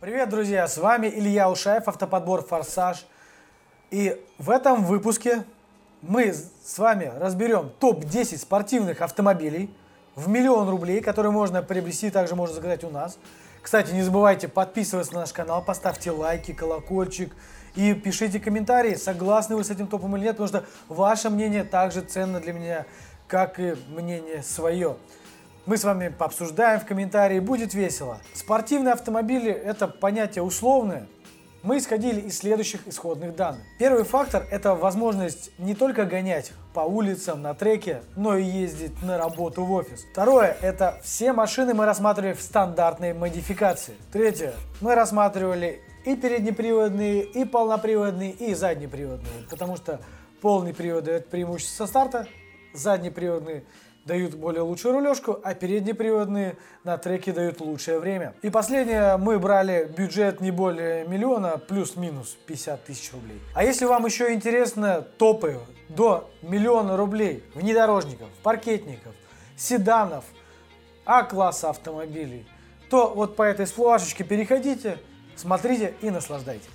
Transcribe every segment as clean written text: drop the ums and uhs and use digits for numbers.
Привет, друзья! С вами Илья Ушаев, автоподбор «Форсаж». И в этом выпуске мы с вами разберем топ-10 спортивных автомобилей в 1 000 000 рублей, которые можно приобрести, также можно заказать у нас. Кстати, не забывайте подписываться на наш канал, поставьте лайки, колокольчик и пишите комментарии, согласны вы с этим топом или нет, потому что ваше мнение также ценно для меня, как и мнение свое. Мы с вами пообсуждаем в комментарии, будет весело. Спортивные автомобили – это понятие условное. Мы исходили из следующих исходных данных. Первый фактор – это возможность не только гонять по улицам, на треке, но и ездить на работу в офис. Второе – это все машины мы рассматривали в стандартной модификации. Третье – мы рассматривали и переднеприводные, и полноприводные, и заднеприводные, потому что полный привод дает преимущество со старта, заднеприводные дают более лучшую рулежку, а переднеприводные на треке дают лучшее время. И последнее, мы брали бюджет не более 1 000 000, плюс-минус 50 000 рублей. А если вам еще интересно топы до 1 000 000 рублей внедорожников, паркетников, седанов, А-класса автомобилей, то вот по этой всплывашечке переходите, смотрите и наслаждайтесь.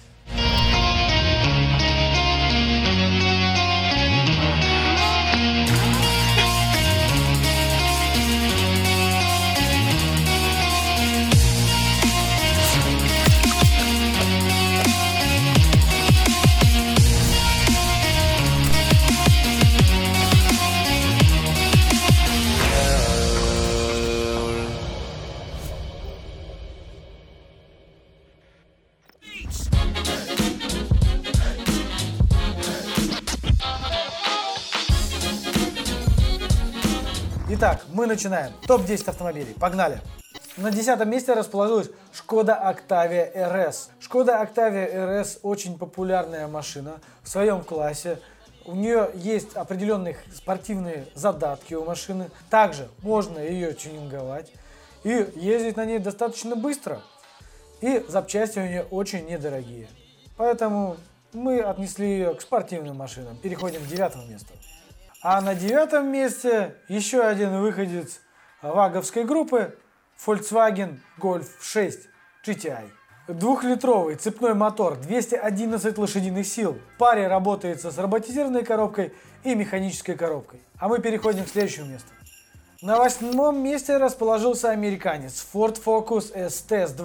Итак, мы начинаем. Топ-10 автомобилей. Погнали! На 10-м месте расположилась Skoda Octavia RS. Skoda Octavia RS очень популярная машина в своем классе. У нее есть определенные спортивные задатки у машины. Также можно ее тюнинговать и ездить на ней достаточно быстро. И запчасти у нее очень недорогие. Поэтому мы отнесли ее к спортивным машинам. Переходим к 9-му месту. А на 9-м месте еще один выходец ваговской группы Volkswagen Golf 6 GTI. Двухлитровый цепной мотор, 211 лошадиных сил. В паре работается с роботизированной коробкой и механической коробкой. А мы переходим к следующему месту. На 8-м месте расположился американец Ford Focus ST с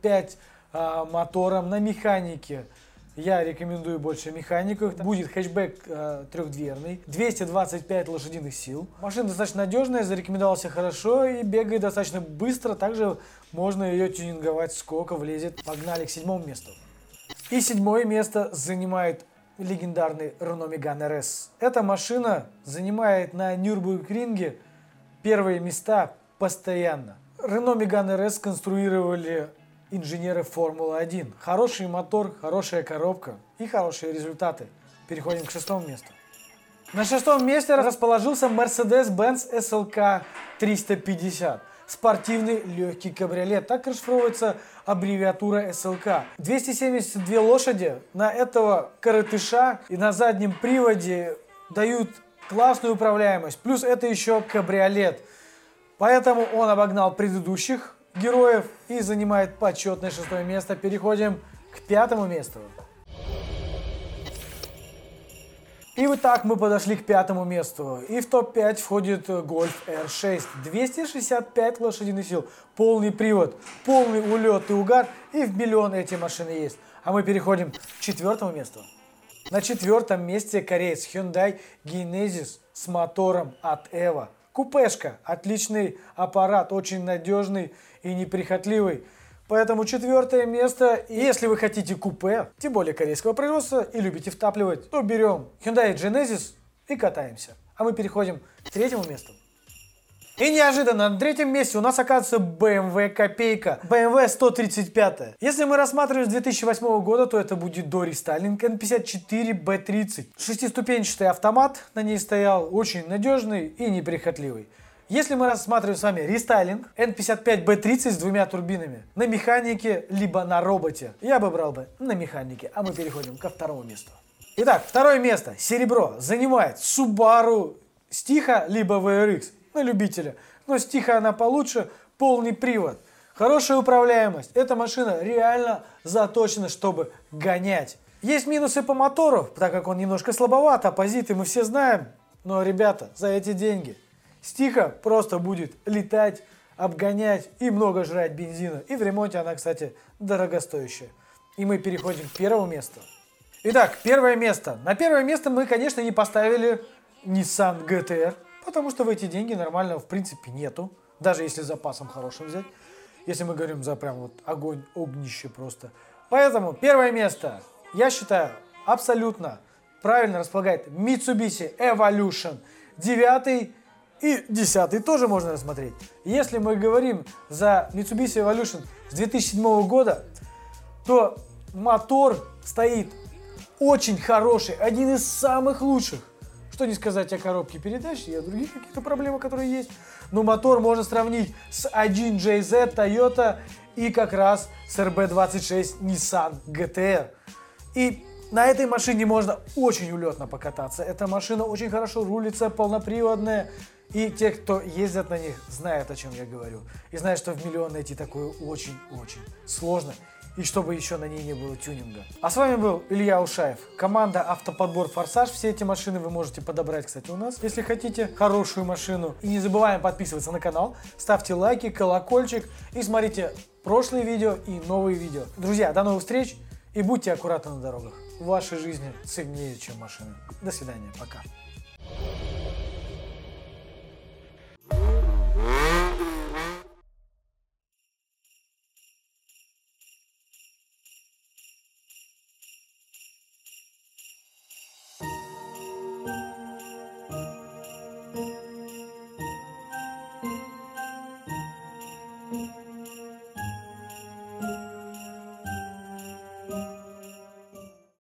2.5 мотором на механике. Я рекомендую больше механику. Будет хэтчбэк трехдверный, 225 лошадиных сил. Машина достаточно надежная, зарекомендовался хорошо и бегает достаточно быстро. Также можно ее тюнинговать, сколько влезет. Погнали к 7-му месту. И 7-е место занимает легендарный Renault Megane RS. Эта машина занимает на Нюрбургринге первые места постоянно. Renault Megane RS сконструировали инженеры Формулы-1. Хороший мотор, хорошая коробка и хорошие результаты. Переходим к 6-му месту. На 6-м месте расположился Mercedes-Benz SLK 350. Спортивный легкий кабриолет. Так расшифровывается аббревиатура SLK. 272 лошади на этого коротыша и на заднем приводе дают классную управляемость. Плюс это еще кабриолет. Поэтому он обогнал предыдущих героев и занимает почетное 6-е место. Переходим к 5-му месту. И вот так мы подошли к 5-му месту. И в топ-5 входит Golf R6. 265 лошадиных сил, полный привод, полный улет и угар. И в 1 000 000 эти машины есть. А мы переходим к 4-му месту. На 4-м месте кореец Hyundai Genesis с мотором от EVO. Купешка, отличный аппарат, очень надежный и неприхотливый. Поэтому 4-е место. И если вы хотите купе, тем более корейского производства, и любите втапливать, то берем Hyundai Genesis и катаемся. А мы переходим к 3-му месту. И неожиданно на 3-м месте у нас оказывается BMW копейка, BMW 135. Если мы рассматриваем с 2008 года, то это будет дорестайлинг N54B30. Шестиступенчатый автомат на ней стоял, очень надежный и неприхотливый. Если мы рассматриваем с вами рестайлинг N55B30 с 2 турбинами на механике либо на роботе, я бы брал на механике, а мы переходим ко 2-му месту. Итак, 2-е место, серебро, занимает Subaru Stiha либо VRX. На любителя. Но Stiha она получше, полный привод. Хорошая управляемость. Эта машина реально заточена, чтобы гонять. Есть минусы по мотору, так как он немножко слабоват, оппозиты мы все знаем. Но, ребята, за эти деньги Стиха просто будет летать, обгонять и много жрать бензина. И в ремонте она, кстати, дорогостоящая. И мы переходим к первому месту. Итак, первое место. На первое место мы, конечно, не поставили Nissan GT-R, потому что в эти деньги нормального в принципе нету. Даже если с запасом хорошим взять. Если мы говорим за прям вот огонь, огнище просто. Поэтому первое место, я считаю, абсолютно правильно располагает Mitsubishi Evolution 9 и 10 тоже можно рассмотреть. Если мы говорим за Mitsubishi Evolution с 2007 года, то мотор стоит очень хороший, один из самых лучших. Что не сказать о коробке передач и о других каких-то проблемах, которые есть. Но мотор можно сравнить с 1JZ Toyota и как раз с RB26 Nissan GT-R. И на этой машине можно очень улетно покататься. Эта машина очень хорошо рулится, полноприводная. И те, кто ездят на них, знают, о чем я говорю. И знают, что в миллион найти такое очень-очень сложно. И чтобы еще на ней не было тюнинга. А с вами был Илья Ушаев. Команда Автоподбор Форсаж. Все эти машины вы можете подобрать, кстати, у нас, если хотите хорошую машину. И не забываем подписываться на канал. Ставьте лайки, колокольчик. И смотрите прошлые видео и новые видео. Друзья, до новых встреч. И будьте аккуратны на дорогах. В вашей жизни ценнее, чем машины. До свидания. Пока.